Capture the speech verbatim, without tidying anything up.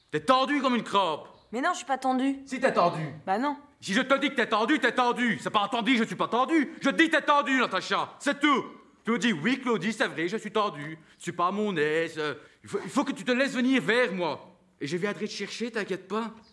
T'es tendu comme une crampe. Mais non, je suis pas tendue. Si t'es tendu. Bah non. Si je te dis que t'es tendu, t'es tendu. C'est pas entendu, je suis pas tendu. Je te dis t'es tendu, Natacha. C'est tout. Tu me dis, oui, Claudie, c'est vrai, je suis tendu. Je suis pas à mon aise. Il faut, il faut que tu te laisses venir vers moi. Et je viendrai te chercher, t'inquiète pas.